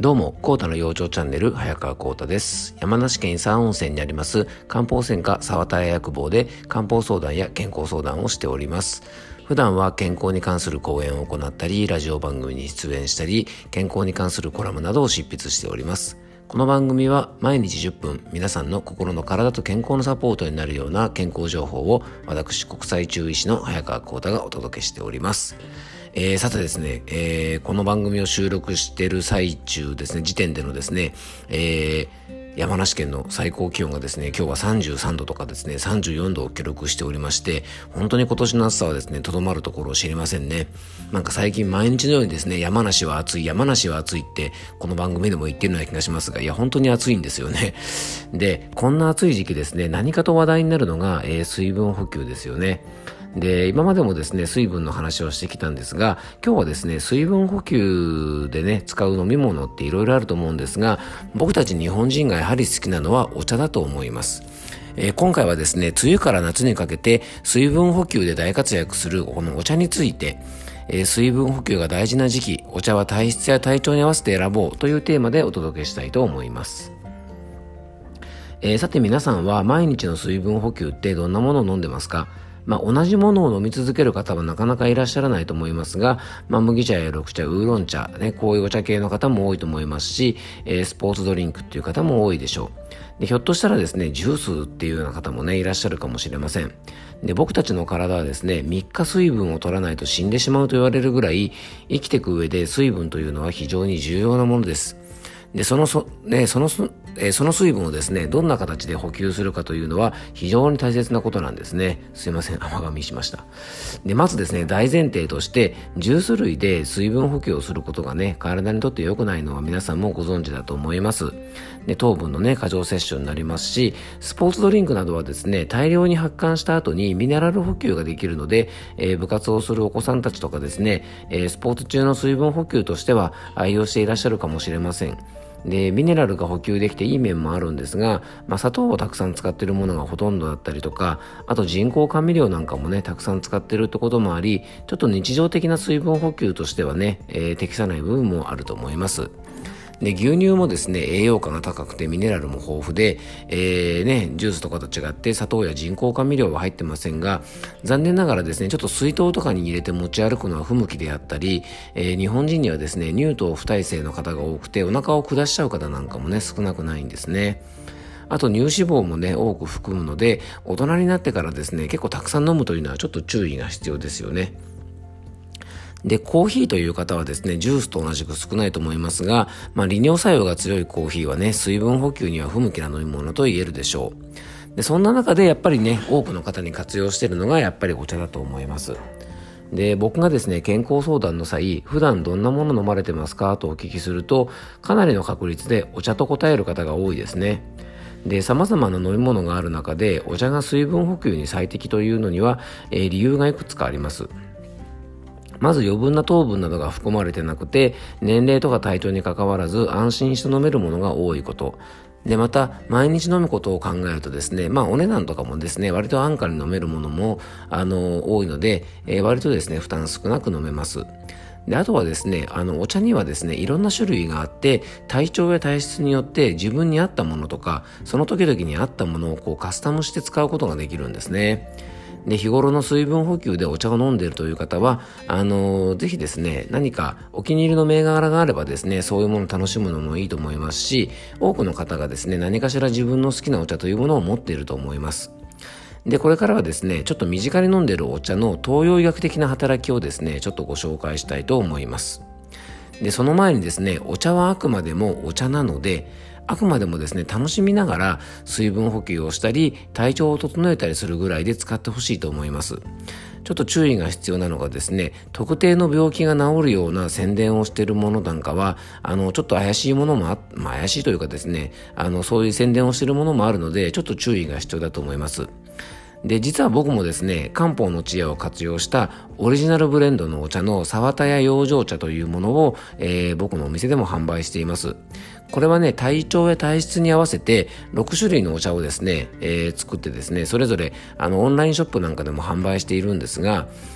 どうも、コータの養生チャンネル、早川コータです。山梨県伊佐温泉にあります漢方専科沢田屋薬房で漢方相談や健康相談をしております。普段は健康に関する講演を行ったり、ラジオ番組に出演したり、健康に関するコラムなどを執筆しております。この番組は毎日10分、皆さんの心の体と健康のサポートになるような健康情報を私、国際中医師の早川コータがお届けしております。さてですね、この番組を収録している最中ですね、時点でのですね、山梨県の最高気温がですね、今日は33度とかですね、34度を記録しておりまして、本当に今年の暑さはですね、とどまるところを知りませんね。なんか最近毎日のようにですね、山梨は暑いってこの番組でも言ってるような気がしますが、いや本当に暑いんですよね。で、こんな暑い時期ですね、何かと話題になるのが、水分補給ですよね。で、今までもですね、水分の話をしてきたんですが、今日はですね、水分補給でね、使う飲み物っていろいろあると思うんですが、僕たち日本人がやはり好きなのはお茶だと思います。今回はですね、梅雨から夏にかけて水分補給で大活躍するこのお茶について、水分補給が大事な時期、お茶は体質や体調に合わせて選ぼうというテーマでお届けしたいと思います。さて皆さんは毎日の水分補給ってどんなものを飲んでますか？同じものを飲み続ける方はなかなかいらっしゃらないと思いますが、麦茶や緑茶、ウーロン茶、ね、こういうお茶系の方も多いと思いますし、スポーツドリンクっていう方も多いでしょう。で、ひょっとしたらですね、ジュースっていうような方もね、いらっしゃるかもしれません。で、僕たちの体はですね、3日水分を取らないと死んでしまうと言われるぐらい、生きていく上で水分というのは非常に重要なものです。で、その水分をですね、どんな形で補給するかというのは非常に大切なことなんですね。すいません、甘噛みしました。で、まずですね、大前提として、ジュース類で水分補給をすることがね、体にとって良くないのは皆さんもご存知だと思います。で、糖分のね、過剰摂取になりますし、スポーツドリンクなどはですね、大量に発汗した後にミネラル補給ができるので、部活をするお子さんたちとかですね、スポーツ中の水分補給としては愛用していらっしゃるかもしれません。で、ミネラルが補給できていい面もあるんですが、砂糖をたくさん使っているものがほとんどだったりとか、あと人工甘味料なんかもね、たくさん使っているってこともあり、ちょっと日常的な水分補給としてはね、適さない部分もあると思います。で、牛乳もですね、栄養価が高くてミネラルも豊富で、ジュースとかと違って砂糖や人工甘味料は入ってませんが、残念ながらですね、ちょっと水筒とかに入れて持ち歩くのは不向きであったり、日本人にはですね、乳糖不耐性の方が多くて、お腹を下しちゃう方なんかもね、少なくないんですね。あと乳脂肪もね、多く含むので、大人になってからですね、結構たくさん飲むというのはちょっと注意が必要ですよね。で、コーヒーという方はですね、ジュースと同じく少ないと思いますが、利尿作用が強いコーヒーはね、水分補給には不向きな飲み物と言えるでしょう。で、そんな中でやっぱりね、多くの方に活用しているのがやっぱりお茶だと思います。で、僕がですね、健康相談の際、普段どんなもの飲まれてますかとお聞きすると、かなりの確率でお茶と答える方が多いですね。で、様々な飲み物がある中で、お茶が水分補給に最適というのには、理由がいくつかあります。まず余分な糖分などが含まれてなくて、年齢とか体調に関わらず安心して飲めるものが多いこと。で、また、毎日飲むことを考えるとですね、お値段とかもですね、割と安価に飲めるものも、多いので、割とですね、負担少なく飲めます。で、あとはですね、お茶にはですね、いろんな種類があって、体調や体質によって自分に合ったものとか、その時々に合ったものをカスタムして使うことができるんですね。で、日頃の水分補給でお茶を飲んでいるという方は、ぜひですね、何かお気に入りの銘柄があればですね、そういうものを楽しむのもいいと思いますし、多くの方がですね、何かしら自分の好きなお茶というものを持っていると思います。で、これからはですね、ちょっと身近に飲んでいるお茶の東洋医学的な働きをですね、ちょっとご紹介したいと思います。で、その前にですね、お茶はあくまでもお茶なので、あくまでもですね、楽しみながら水分補給をしたり、体調を整えたりするぐらいで使ってほしいと思います。ちょっと注意が必要なのがですね、特定の病気が治るような宣伝をしているものなんかは、ちょっと怪しいものも怪しいというかですね、そういう宣伝をしているものもあるので、ちょっと注意が必要だと思います。で、実は僕もですね、漢方の知恵を活用したオリジナルブレンドのお茶の沢田屋養生茶というものを、僕のお店でも販売しています。これはね、体調や体質に合わせて6種類のお茶をですね、作ってですね、それぞれオンラインショップなんかでも販売しているんですが、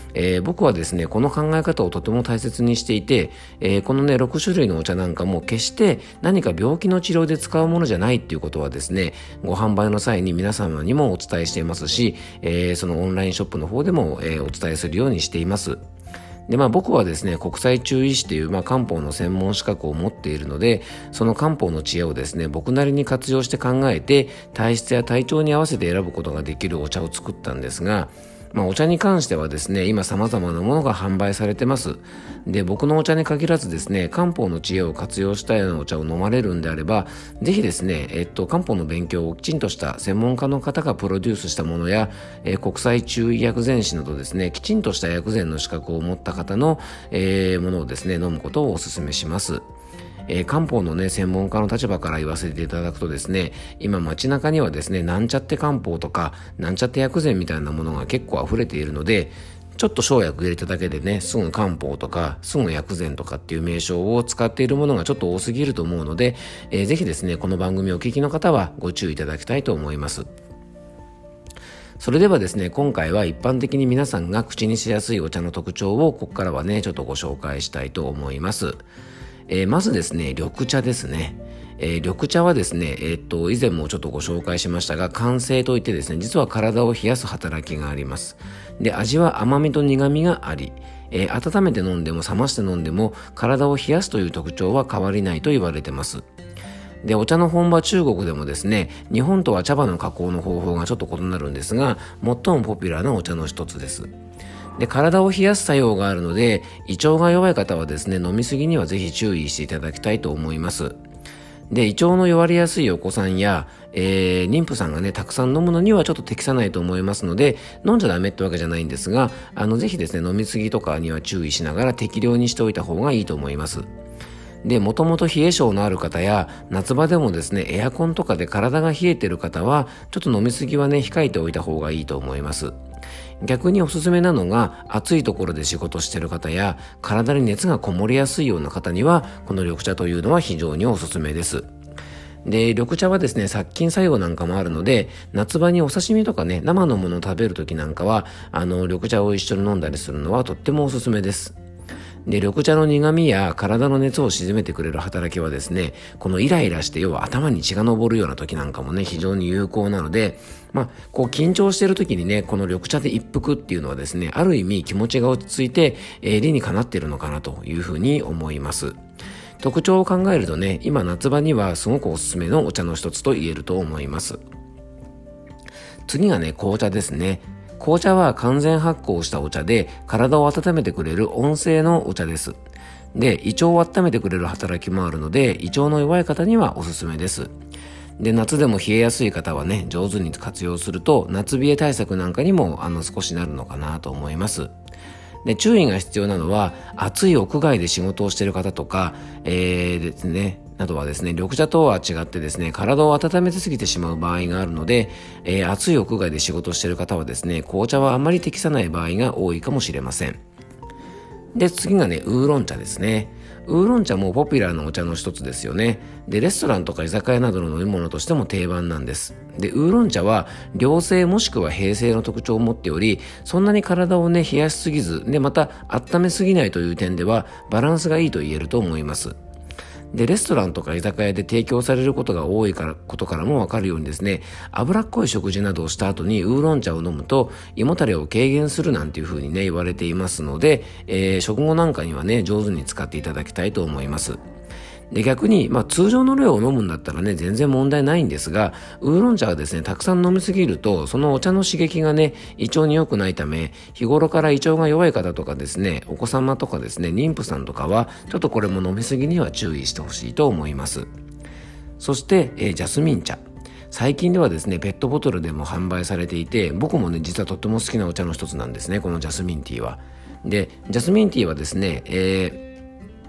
僕はですねこの考え方をとても大切にしていて、このね6種類のお茶なんかも決して何か病気の治療で使うものじゃないっていうことはですねご販売の際に皆様にもお伝えしていますし、そのオンラインショップの方でも、お伝えするようにしています。で僕はですね国際中医師という、漢方の専門資格を持っているので、その漢方の知恵をですね僕なりに活用して考えて体質や体調に合わせて選ぶことができるお茶を作ったんですが、お茶に関してはですね今様々なものが販売されてます。で僕のお茶に限らずですね漢方の知恵を活用したようなお茶を飲まれるんであれば、ぜひですね、漢方の勉強をきちんとした専門家の方がプロデュースしたものや、国際中医薬膳師などですねきちんとした薬膳の資格を持った方の、ものをですね飲むことをお勧めします。漢方のね専門家の立場から言わせていただくとですね、今街中にはですねなんちゃって漢方とかなんちゃって薬膳みたいなものが結構溢れているので、ちょっと生薬入れただけでねすぐ漢方とかすぐ薬膳とかっていう名称を使っているものがちょっと多すぎると思うので、ぜひですねこの番組をお聞きの方はご注意いただきたいと思います。それではですね今回は一般的に皆さんが口にしやすいお茶の特徴をここからはねちょっとご紹介したいと思います。まずですね緑茶ですね。緑茶はですね、以前もちょっとご紹介しましたが、甘性といってですね実は体を冷やす働きがあります。で味は甘みと苦みがあり、温めて飲んでも冷まして飲んでも体を冷やすという特徴は変わりないと言われてます。でお茶の本場中国でもですね日本とは茶葉の加工の方法がちょっと異なるんですが、最もポピュラーなお茶の一つです。で体を冷やす作用があるので、胃腸が弱い方はですね飲みすぎにはぜひ注意していただきたいと思います。で胃腸の弱りやすいお子さんや、妊婦さんがねたくさん飲むのにはちょっと適さないと思いますので、飲んじゃダメってわけじゃないんですが、ぜひですね飲みすぎとかには注意しながら適量にしておいた方がいいと思います。でもともと冷え性のある方や夏場でもですねエアコンとかで体が冷えている方はちょっと飲みすぎはね控えておいた方がいいと思います。逆におすすめなのが暑いところで仕事している方や体に熱がこもりやすいような方にはこの緑茶というのは非常におすすめです。で緑茶はですね殺菌作用なんかもあるので、夏場にお刺身とかね生のものを食べるときなんかは緑茶を一緒に飲んだりするのはとってもおすすめです。で緑茶の苦味や体の熱を鎮めてくれる働きはですねこのイライラして要は頭に血が上るような時なんかもね非常に有効なので、こう緊張している時にねこの緑茶で一服っていうのはですねある意味気持ちが落ち着いて、理にかなっているのかなというふうに思います。特徴を考えるとね今夏場にはすごくおすすめのお茶の一つと言えると思います。次がね紅茶ですね。紅茶は完全発酵したお茶で体を温めてくれる温性のお茶です。で胃腸を温めてくれる働きもあるので胃腸の弱い方にはおすすめです。で夏でも冷えやすい方はね上手に活用すると夏冷え対策なんかにも少しなるのかなと思います。で注意が必要なのは暑い屋外で仕事をしている方とか、ですねなどはですね緑茶とは違ってですね体を温めすぎてしまう場合があるので、暑い屋外で仕事をしている方はですね紅茶はあまり適さない場合が多いかもしれません。で次がねウーロン茶ですね。ウーロン茶もポピュラーなお茶の一つですよね。でレストランとか居酒屋などの飲み物としても定番なんです。でウーロン茶は涼性もしくは平性の特徴を持っており、そんなに体をね冷やしすぎずでまた温めすぎないという点ではバランスがいいと言えると思います。でレストランとか居酒屋で提供されることが多いことからもわかるようにですね脂っこい食事などをした後にウーロン茶を飲むと胃もたれを軽減するなんていう風にね言われていますので、食後なんかにはね上手に使っていただきたいと思います。で逆に、通常の量を飲むんだったらね全然問題ないんですが、ウーロン茶はですねたくさん飲みすぎるとそのお茶の刺激がね胃腸に良くないため、日頃から胃腸が弱い方とかですねお子様とかですね妊婦さんとかはちょっとこれも飲みすぎには注意してほしいと思います。そして、ジャスミン茶、最近ではですねペットボトルでも販売されていて、僕もね実はとっても好きなお茶の一つなんですねこのジャスミンティーは。でジャスミンティーはですね、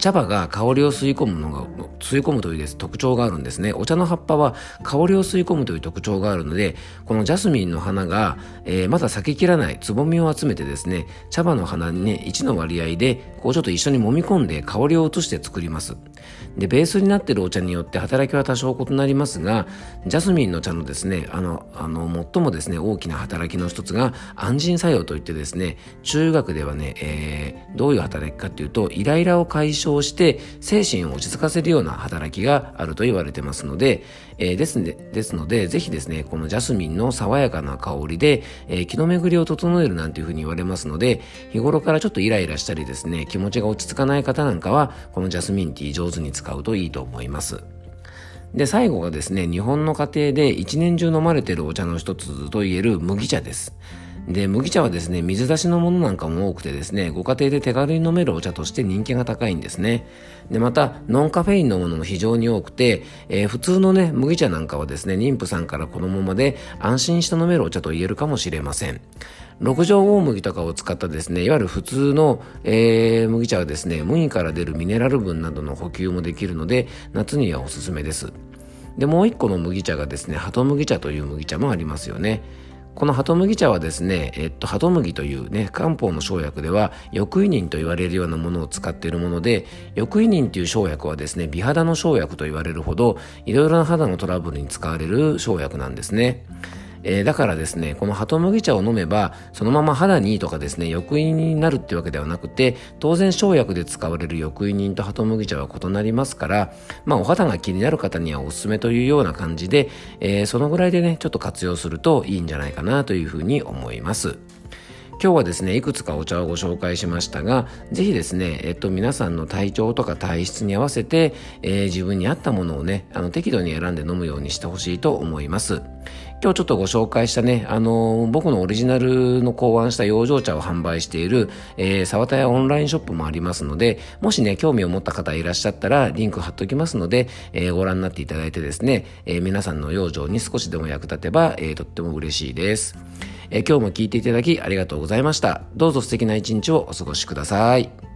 茶葉が香りを吸い込むという特徴があるんですね。お茶の葉っぱは香りを吸い込むという特徴があるので、このジャスミンの花が、まだ咲ききらないつぼみを集めてですね、茶葉の花にね、1の割合でちょっと一緒に揉み込んで香りを移して作ります。で、ベースになっているお茶によって働きは多少異なりますが、ジャスミンの茶のですね、最もですね、大きな働きの一つが安神作用といってですね、中学ではね、どういう働きかというと、イライラを解消して精神を落ち着かせるような働きがあると言われてますので、ですのでぜひですね、このジャスミンの爽やかな香りで、気の巡りを整えるなんていうふうに言われますので、日頃からちょっとイライラしたりですね、気持ちが落ち着かない方なんかはこのジャスミンティー上手に使うといいと思います。で、最後がですね、日本の家庭で一年中飲まれているお茶の一つといえる麦茶です。で、麦茶はですね、水出しのものなんかも多くてですね、ご家庭で手軽に飲めるお茶として人気が高いんですね。で、またノンカフェインのものも非常に多くて、普通のね、麦茶なんかはですね、妊婦さんから子供まで安心して飲めるお茶と言えるかもしれません。六条大麦とかを使ったですね、いわゆる普通の、麦茶はですね、麦から出るミネラル分などの補給もできるので、夏にはおすすめです。で、もう一個の麦茶がですね、ハト麦茶という麦茶もありますよね。このハト麦茶はですね、ハト麦というね、漢方の生薬では翼異人と言われるようなものを使っているもので、翼異人という生薬はですね、美肌の生薬と言われるほどいろいろな肌のトラブルに使われる生薬なんですね。だからですね、このハト麦茶を飲めばそのまま肌にいいとかですね、翼異人になるっていうわけではなくて、当然生薬で使われる翼異人とハト麦茶は異なりますから、お肌が気になる方にはおすすめというような感じで、そのぐらいでね、ちょっと活用するといいんじゃないかなというふうに思います。今日はですね、いくつかお茶をご紹介しましたが、ぜひですね、皆さんの体調とか体質に合わせて、自分に合ったものをね、適度に選んで飲むようにしてほしいと思います。今日ちょっとご紹介したね、僕のオリジナルの考案した養生茶を販売している、沢田屋オンラインショップもありますので、もしね、興味を持った方いらっしゃったらリンク貼っときますので、ご覧になっていただいてですね、皆さんの養生に少しでも役立てば、とっても嬉しいです。今日も聞いていただきありがとうございました。どうぞ素敵な一日をお過ごしください。